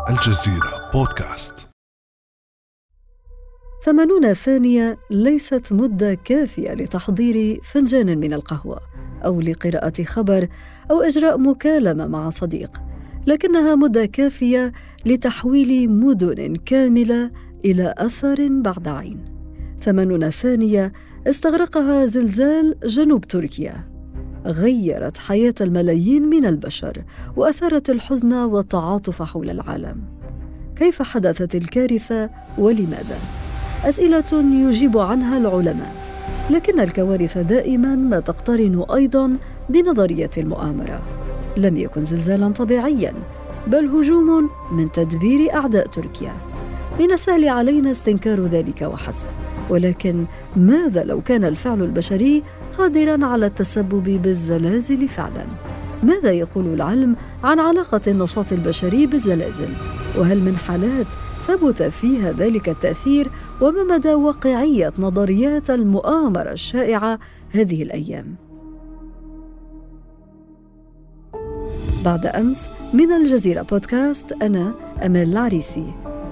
الجزيرة بودكاست. 80 ثانية ليست مدة كافية لتحضير فنجان من القهوة أو لقراءة خبر أو إجراء مكالمة مع صديق، لكنها مدة كافية لتحويل مدن كاملة إلى أثر بعد عين. 80 ثانية استغرقها زلزال جنوب تركيا، غيرت حياة الملايين من البشر وأثارت الحزن والتعاطف حول العالم. كيف حدثت الكارثة ولماذا؟ أسئلة يجيب عنها العلماء، لكن الكوارث دائما ما تقترن أيضا بنظرية المؤامرة. لم يكن زلزالا طبيعيا، بل هجوم من تدبير أعداء تركيا. من السهل علينا استنكار ذلك وحسب، ولكن ماذا لو كان الفعل البشري قادرا على التسبب بالزلازل فعلا؟ ماذا يقول العلم عن علاقة النشاط البشري بالزلازل؟ وهل من حالات ثبت فيها ذلك التأثير؟ وما مدى واقعية نظريات المؤامرة الشائعة هذه الأيام؟ بعد أمس من الجزيرة بودكاست، أنا أمال العريسي.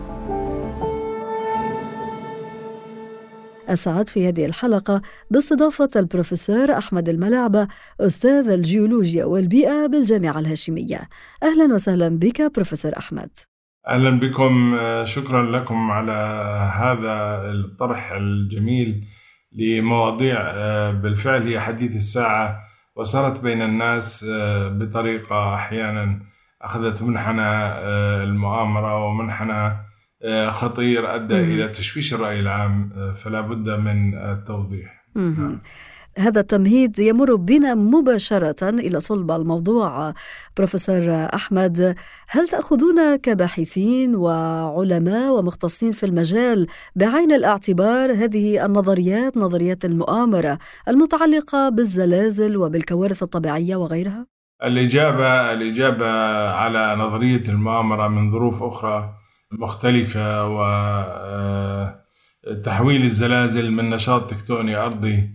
أسعد في هذه الحلقة باستضافة البروفيسور أحمد الملاعبة، أستاذ الجيولوجيا والبيئة بالجامعة الهاشمية. أهلا وسهلا بك بروفيسور أحمد. أهلا بكم، شكرا لكم على هذا الطرح الجميل لمواضيع بالفعل هي حديث الساعة، وصارت بين الناس بطريقة أحيانا أخذت منحنى المؤامرة ومنحنى خطير أدى إلى تشويش الرأي العام، فلا بد من التوضيح. هذا التمهيد يمر بنا مباشرة إلى صلب الموضوع. بروفيسور أحمد، هل تأخذون كباحثين وعلماء ومختصين في المجال بعين الاعتبار هذه النظريات، نظريات المؤامرة المتعلقة بالزلازل وبالكوارث الطبيعية وغيرها؟ الإجابة على نظرية المؤامرة من ظروف أخرى مختلفة، وتحويل الزلازل من نشاط تكتوني أرضي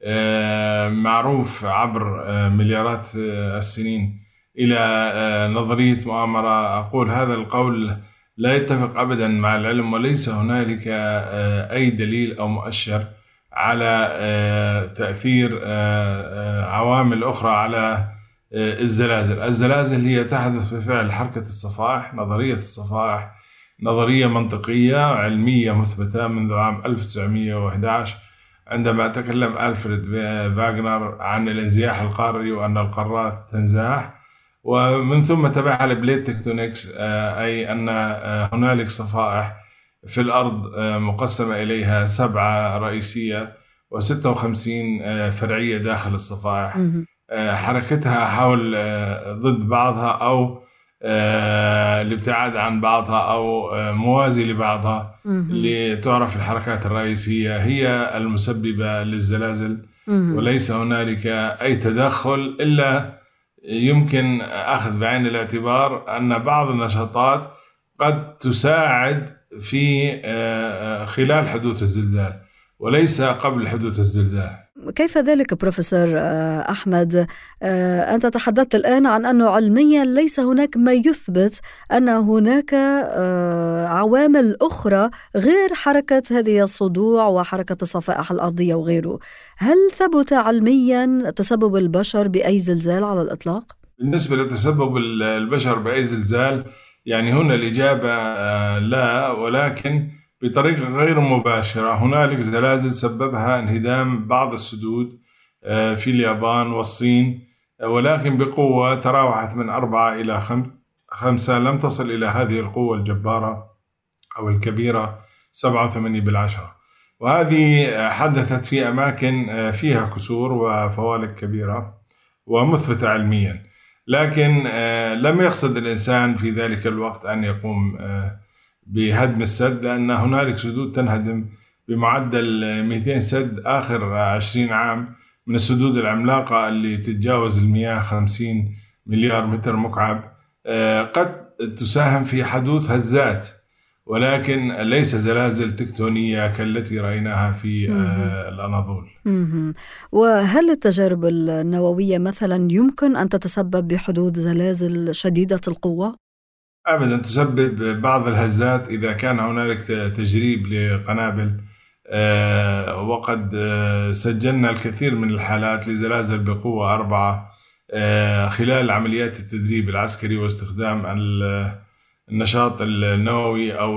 معروف عبر مليارات السنين إلى نظرية مؤامرة. أقول هذا القول لا يتفق أبدا مع العلم، وليس هنالك أي دليل أو مؤشر على تأثير عوامل أخرى على الزلازل. الزلازل هي تحدث بفعل حركة الصفائح. نظرية الصفائح نظرية منطقية علمية مثبتة منذ عام 1911 عندما تكلم ألفريد فاغنر عن الانزياح القاري وأن القارات تنزاح، ومن ثم تبعها البليت تكتونيكس، أي أن هنالك صفائح في الأرض مقسمة إليها 7 رئيسية و56 فرعية داخل الصفائح، حركتها حول ضد بعضها أو الابتعاد عن بعضها أو موازي لبعضها، لتعرف الحركات الرئيسية هي المسببة للزلازل، وليس هنالك أي تدخل، إلا يمكن أخذ بعين الاعتبار أن بعض النشاطات قد تساعد في خلال حدوث الزلزال وليس قبل حدوث الزلزال. كيف ذلك بروفيسور أحمد؟ أنت تحدثت الآن عن أنه علميا ليس هناك ما يثبت أن هناك عوامل أخرى غير حركة هذه الصدوع وحركة الصفائح الأرضية وغيره. هل ثبت علميا تسبب البشر بأي زلزال على الإطلاق؟ بالنسبة لتسبب البشر بأي زلزال، يعني هنا الإجابة لا، ولكن بطريقة غير مباشرة. هنالك زلازل سببها انهدام بعض السدود في اليابان والصين، ولكن بقوة تراوحت من 4 إلى 5، لم تصل إلى هذه القوة الجبارة أو الكبيرة 7.8، وهذه حدثت في أماكن فيها كسور وفوالق كبيرة ومثبتة علميا، لكن لم يقصد الإنسان في ذلك الوقت أن يقوم بهدم السد، لأن هنالك سدود تنهدم بمعدل 200 سد آخر 20 عام من السدود العملاقة اللي تتجاوز المياه 50 مليار متر مكعب، قد تساهم في حدوث هزات، ولكن ليس زلازل تكتونية كالتي رأيناها في الأناضول. وهل التجارب النووية مثلا يمكن أن تتسبب بحدوث زلازل شديدة القوة؟ أبدا تسبب بعض الهزات إذا كان هنالك تجريب لقنابل. وقد سجلنا الكثير من الحالات لزلازل بقوة 4 خلال عمليات التدريب العسكري واستخدام النشاط النووي أو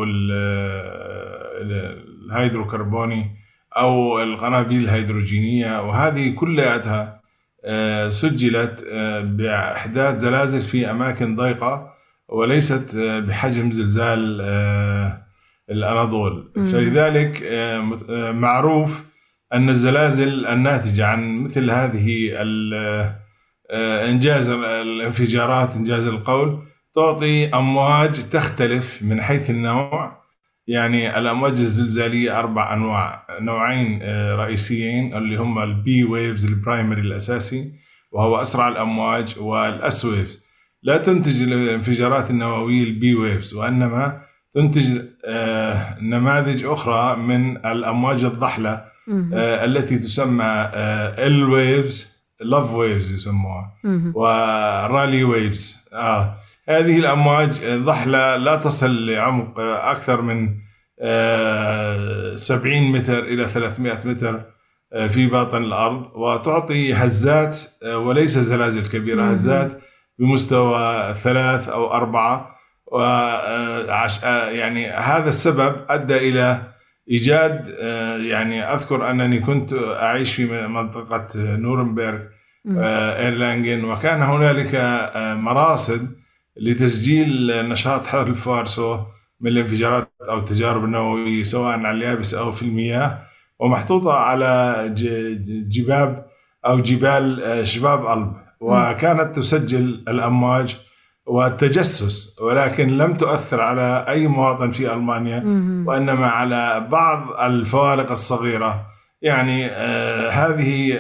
الهيدروكربوني أو القنابل الهيدروجينية، وهذه كلها سجلت بإحداث زلازل في أماكن ضيقة وليست بحجم زلزال الأناضول. فلذلك معروف أن الزلازل الناتجة عن مثل هذه إنجاز الانفجارات، إنجاز القول، تعطي أمواج تختلف من حيث النوع. يعني الأمواج الزلزالية 4 أنواع، نوعين رئيسيين اللي هم البي ويفز البرايمري الأساسي وهو أسرع الأمواج، والأس ويفز لا تنتج الانفجارات النووية البي ويفز، وإنما تنتج نماذج أخرى من الأمواج الضحلة التي تسمى ال ويفز، لاف ويفز يسموها، ورالي ويفز. هذه الأمواج ضحلة لا تصل لعمق أكثر من 70 متر إلى 300 متر في باطن الأرض، وتعطي هزات وليس زلازل كبيرة، هزات بمستوى 3 أو 4. يعني هذا السبب أدى إلى إيجاد، يعني أذكر أنني كنت أعيش في منطقة نورنبرغ إيرلانجن، وكان هنالك مراصد لتسجيل نشاط حرف وارسو من الانفجارات أو التجارب النووية سواء على اليابس أو في المياه، ومحطوطة على جباب أو جبال شباب ألب، وكانت تسجل الأمواج والتجسس، ولكن لم تؤثر على أي مواطن في ألمانيا، وإنما على بعض الفوارق الصغيرة. يعني هذه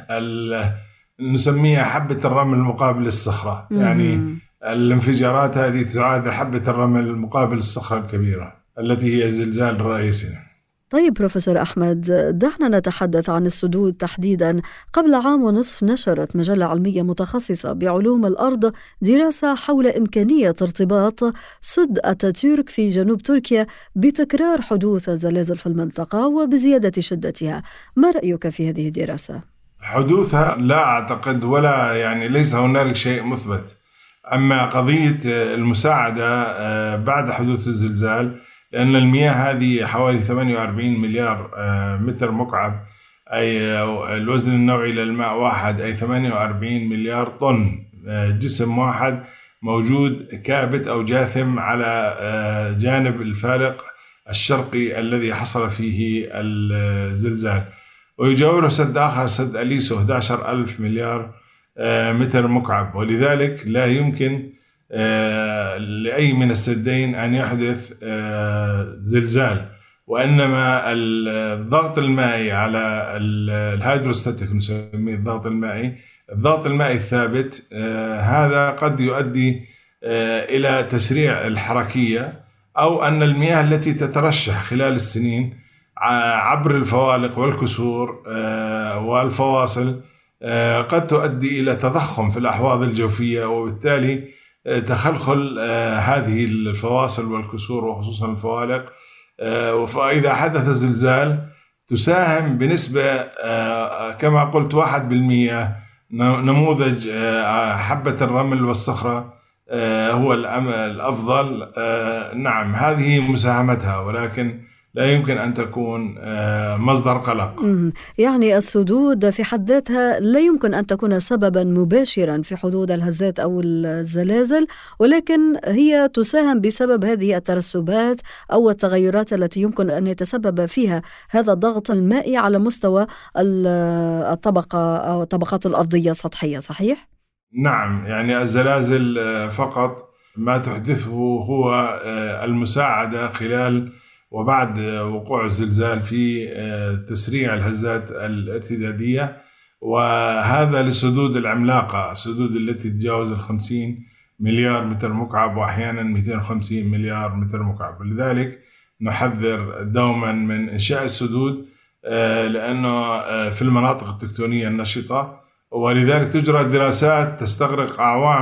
نسميها حبة الرمل مقابل الصخرة. يعني الانفجارات هذه تعادل حبة الرمل مقابل الصخرة الكبيرة التي هي الزلزال الرئيسي. طيب بروفيسور أحمد، دعنا نتحدث عن السدود تحديدا. قبل عام ونصف نشرت مجلة علمية متخصصة بعلوم الأرض دراسة حول إمكانية ارتباط سد أتاتورك في جنوب تركيا بتكرار حدوث الزلازل في المنطقة وبزيادة شدتها. ما رأيك في هذه الدراسة؟ حدوثها لا أعتقد، ولا يعني ليس هنالك شيء مثبت. أما قضية المساعدة بعد حدوث الزلزال، لأن المياه هذه حوالي 48 مليار متر مكعب، أي الوزن النوعي للماء واحد، أي 48 مليار طن جسم واحد موجود كابت أو جاثم على جانب الفالق الشرقي الذي حصل فيه الزلزال، ويجاوره سد آخر، سد أليسو، 11,000 مليار متر مكعب. ولذلك لا يمكن لأي من السدين أن يحدث زلزال، وإنما الضغط المائي على الهيدروستاتيك نسميه الضغط المائي الثابت، هذا قد يؤدي إلى تسريع الحركية، أو أن المياه التي تترشح خلال السنين عبر الفوالق والكسور والفواصل قد تؤدي إلى تضخم في الأحواض الجوفية، وبالتالي تخلخل هذه الفواصل والكسور وخصوصا الفوالق. فإذا حدث زلزال تساهم بنسبة كما قلت 1%. نموذج حبة الرمل والصخرة هو الأفضل. نعم، هذه مساهمتها، ولكن لا يمكن أن تكون مصدر قلق. يعني السدود في حد ذاتها لا يمكن أن تكون سببا مباشرا في حدوث الهزات أو الزلازل، ولكن هي تساهم بسبب هذه الترسبات أو التغيرات التي يمكن أن يتسبب فيها هذا الضغط المائي على مستوى الطبقة أو الطبقات الأرضية السطحية. صحيح؟ نعم، يعني الزلازل فقط ما تحدثه هو المساعدة خلال وبعد وقوع الزلزال في تسريع الهزات الارتدادية، وهذا للسدود العملاقة، السدود التي تتجاوز 50 مليار متر مكعب وأحيانا 250 مليار متر مكعب. لذلك نحذر دوما من إنشاء السدود، لأنه في المناطق التكتونية النشطة، ولذلك تجرى دراسات تستغرق أعوام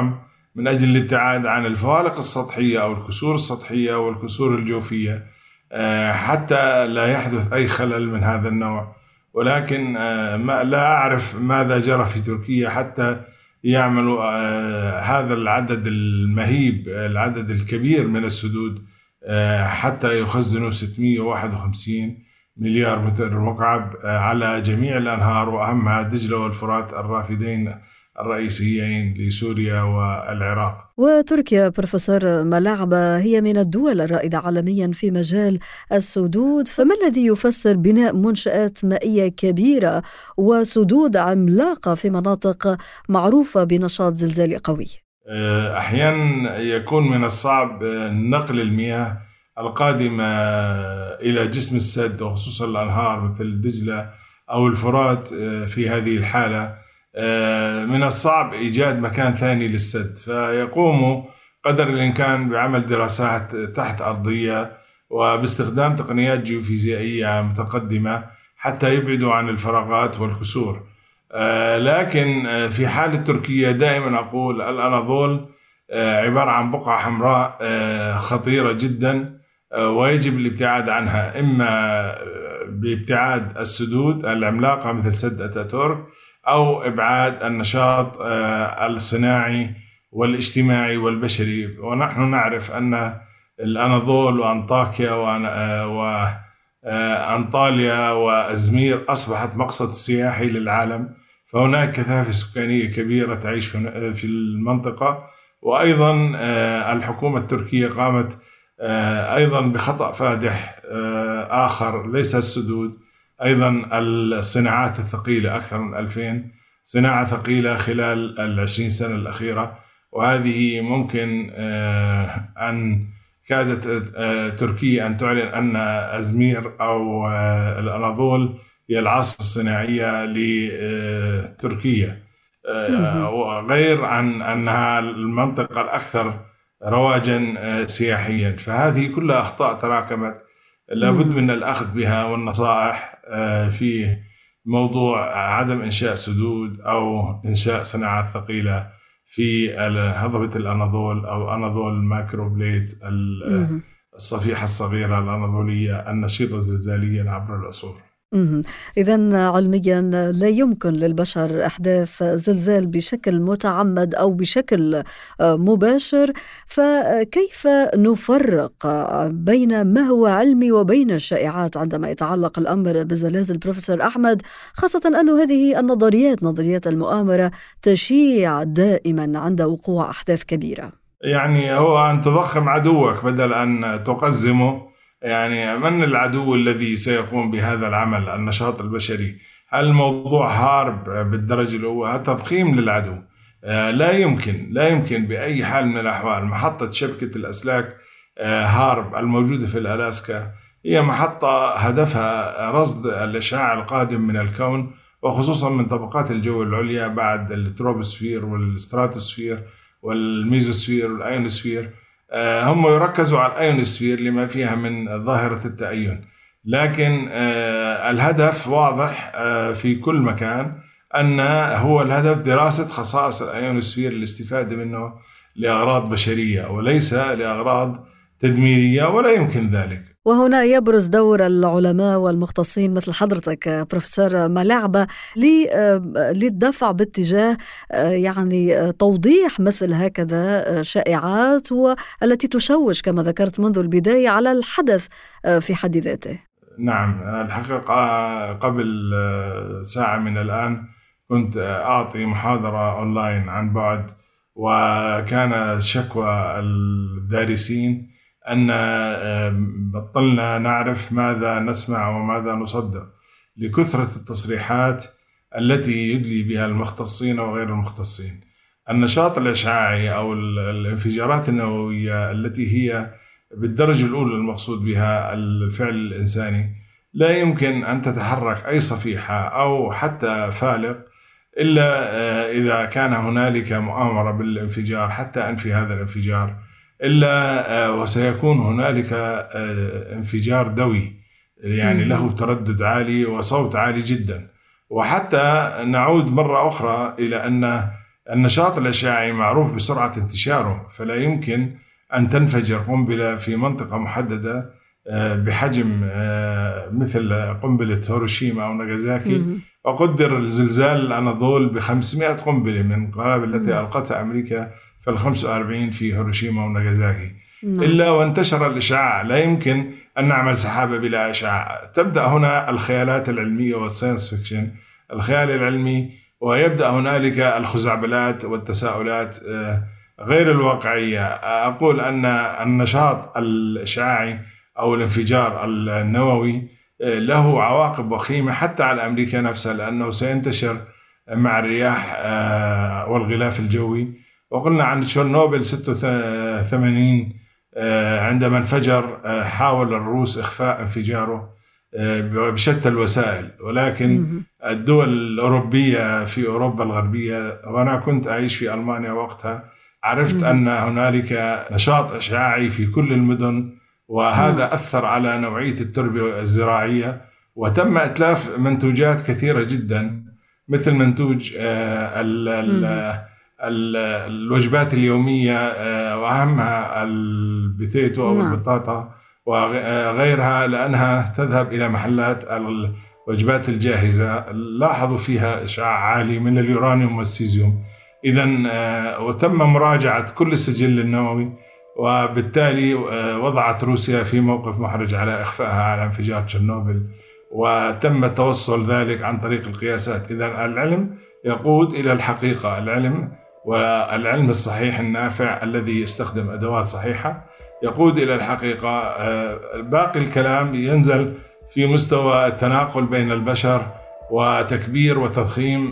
من أجل الابتعاد عن الفوالق السطحية أو الكسور السطحية والكسور الجوفية حتى لا يحدث أي خلل من هذا النوع. ولكن لا أعرف ماذا جرى في تركيا حتى يعملوا هذا العدد المهيب، العدد الكبير من السدود، حتى يخزنوا 651 مليار متر مكعب على جميع الأنهار، وأهمها دجلة والفرات الرافدين الرئيسيين لسوريا والعراق. وتركيا بروفيسور ملاعبة هي من الدول الرائدة عالميا في مجال السدود، فما الذي يفسر بناء منشآت مائية كبيرة وسدود عملاقة في مناطق معروفة بنشاط زلزالي قوي؟ أحيانا يكون من الصعب نقل المياه القادمة إلى جسم السد، وخصوصا الأنهار مثل دجلة أو الفرات. في هذه الحالة من الصعب إيجاد مكان ثاني للسد، فيقوموا قدر الإمكان بعمل دراسات تحت أرضية وباستخدام تقنيات جيوفيزيائية متقدمة حتى يبعدوا عن الفراغات والكسور. لكن في حالة تركيا دائما أقول الأناضول عبارة عن بقعة حمراء خطيرة جدا، ويجب الابتعاد عنها، إما بابتعاد السدود العملاقة مثل سد أتاتورك، أو إبعاد النشاط الصناعي والاجتماعي والبشري. ونحن نعرف أن الأناضول وأنطاكيا وأنطاليا وأزمير أصبحت مقصد سياحي للعالم، فهناك كثافة سكانية كبيرة تعيش في المنطقة. وأيضا الحكومة التركية قامت أيضا بخطأ فادح آخر، ليس السدود، أيضا الصناعات الثقيلة، أكثر من 2000 صناعة ثقيلة خلال 20 سنة الأخيرة، وهذه ممكن أن كادت تركيا أن تعلن أن أزمير أو الأناضول هي العاصمة الصناعية لتركيا، غير عن أنها المنطقة الأكثر رواجا سياحيا. فهذه كلها أخطاء تراكمت لابد من الأخذ بها والنصائح في موضوع عدم إنشاء سدود أو إنشاء صناعات ثقيلة في هضبة الأناضول أو أناضول ماكروبليت، الصفيحة الصغيرة الأناضولية النشيطة زلزاليا عبر العصور. إذن علميا لا يمكن للبشر إحداث زلزال بشكل متعمد أو بشكل مباشر، فكيف نفرق بين ما هو علمي وبين الشائعات عندما يتعلق الأمر بالزلازل بروفيسور أحمد، خاصة أن هذه نظريات المؤامرة تشيع دائما عند وقوع أحداث كبيرة؟ يعني هو أن تضخم عدوك بدل أن تقزمه. يعني من العدو الذي سيقوم بهذا العمل؟ النشاط البشري. هل الموضوع هارب بالدرجة الأولى؟ تضخيم للعدو. لا يمكن بأي حال من الأحوال. محطة شبكة الأسلاك هارب الموجودة في الألاسكا هي محطة هدفها رصد الإشعاع القادم من الكون، وخصوصا من طبقات الجو العليا بعد التروبوسفير والستراتوسفير والميزوسفير والأيونوسفير. هم يركزوا على الأيونوسفير لما فيها من ظاهرة التأين، لكن الهدف واضح في كل مكان، أن هو الهدف دراسة خصائص الأيونوسفير للاستفادة منه لأغراض بشرية وليس لأغراض تدميرية، ولا يمكن ذلك. وهنا يبرز دور العلماء والمختصين مثل حضرتك بروفيسور ملاعبة للدفع باتجاه يعني توضيح مثل هكذا شائعات والتي تشوش كما ذكرت منذ البداية على الحدث في حد ذاته. نعم، الحقيقة قبل ساعة من الآن كنت أعطي محاضرة أونلاين عن بعد، وكان شكوى الدارسين أن بطلنا نعرف ماذا نسمع وماذا نصدق لكثرة التصريحات التي يدلي بها المختصين وغير المختصين. النشاط الإشعاعي أو الانفجارات النووية التي هي بالدرجة الأولى المقصود بها الفعل الإنساني، لا يمكن أن تتحرك أي صفيحة أو حتى فالق إلا إذا كان هنالك مؤامرة بالانفجار حتى أنفي هذا الانفجار، إلا وسيكون هنالك انفجار دوي يعني له تردد عالي وصوت عالي جدا. وحتى نعود مرة أخرى إلى أن النشاط الأشعاعي معروف بسرعة انتشاره، فلا يمكن أن تنفجر قنبلة في منطقة محددة بحجم مثل قنبلة هيروشيما أو ناغازاكي، وقدر الزلزال الأناضول ب500 قنبلة من القنابل التي ألقتها أمريكا في 45 في هيروشيما وناغازاكي. إلا وانتشر الإشعاع، لا يمكن أن نعمل سحابة بلا إشعاع. تبدأ هنا الخيالات العلمية والساينس فيكشن، الخيال العلمي، ويبدأ هنالك الخزعبلات والتساؤلات غير الواقعية. أقول أن النشاط الإشعاعي أو الانفجار النووي له عواقب وخيمة حتى على أمريكا نفسها، لأنه سينتشر مع الرياح والغلاف الجوي. وقلنا عن تشيرنوبل 86 عندما انفجر حاول الروس إخفاء انفجاره بشتى الوسائل، ولكن الدول الأوروبية في أوروبا الغربية، وأنا كنت أعيش في ألمانيا وقتها، عرفت أن هنالك نشاط إشعاعي في كل المدن، وهذا أثر على نوعية التربة الزراعية، وتم إتلاف منتوجات كثيرة جدا مثل منتوج الوجبات اليومية، وأهمها البيتيتو أو البطاطا وغيرها، لأنها تذهب إلى محلات الوجبات الجاهزة لاحظوا فيها إشعاع عالي من اليورانيوم والسيزيوم. إذن وتم مراجعة كل السجل النووي، وبالتالي وضعت روسيا في موقف محرج على إخفائها على انفجار تشيرنوبل، وتم توصل ذلك عن طريق القياسات. إذن العلم يقود إلى الحقيقة، العلم والعلم الصحيح النافع الذي يستخدم أدوات صحيحة يقود إلى الحقيقة. باقي الكلام ينزل في مستوى التناقل بين البشر وتكبير وتضخيم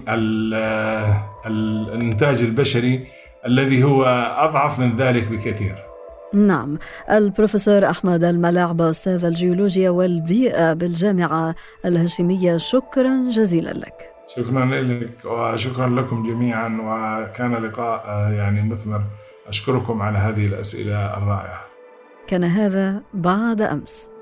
الإنتاج البشري الذي هو أضعف من ذلك بكثير. نعم، البروفيسور أحمد الملاعبة، أستاذ الجيولوجيا والبيئة بالجامعة الهاشمية، شكرا جزيلا لك. شكرا لك وشكرا لكم جميعا، وكان لقاء يعني مثمر. أشكركم على هذه الأسئلة الرائعة. كان هذا بعد أمس.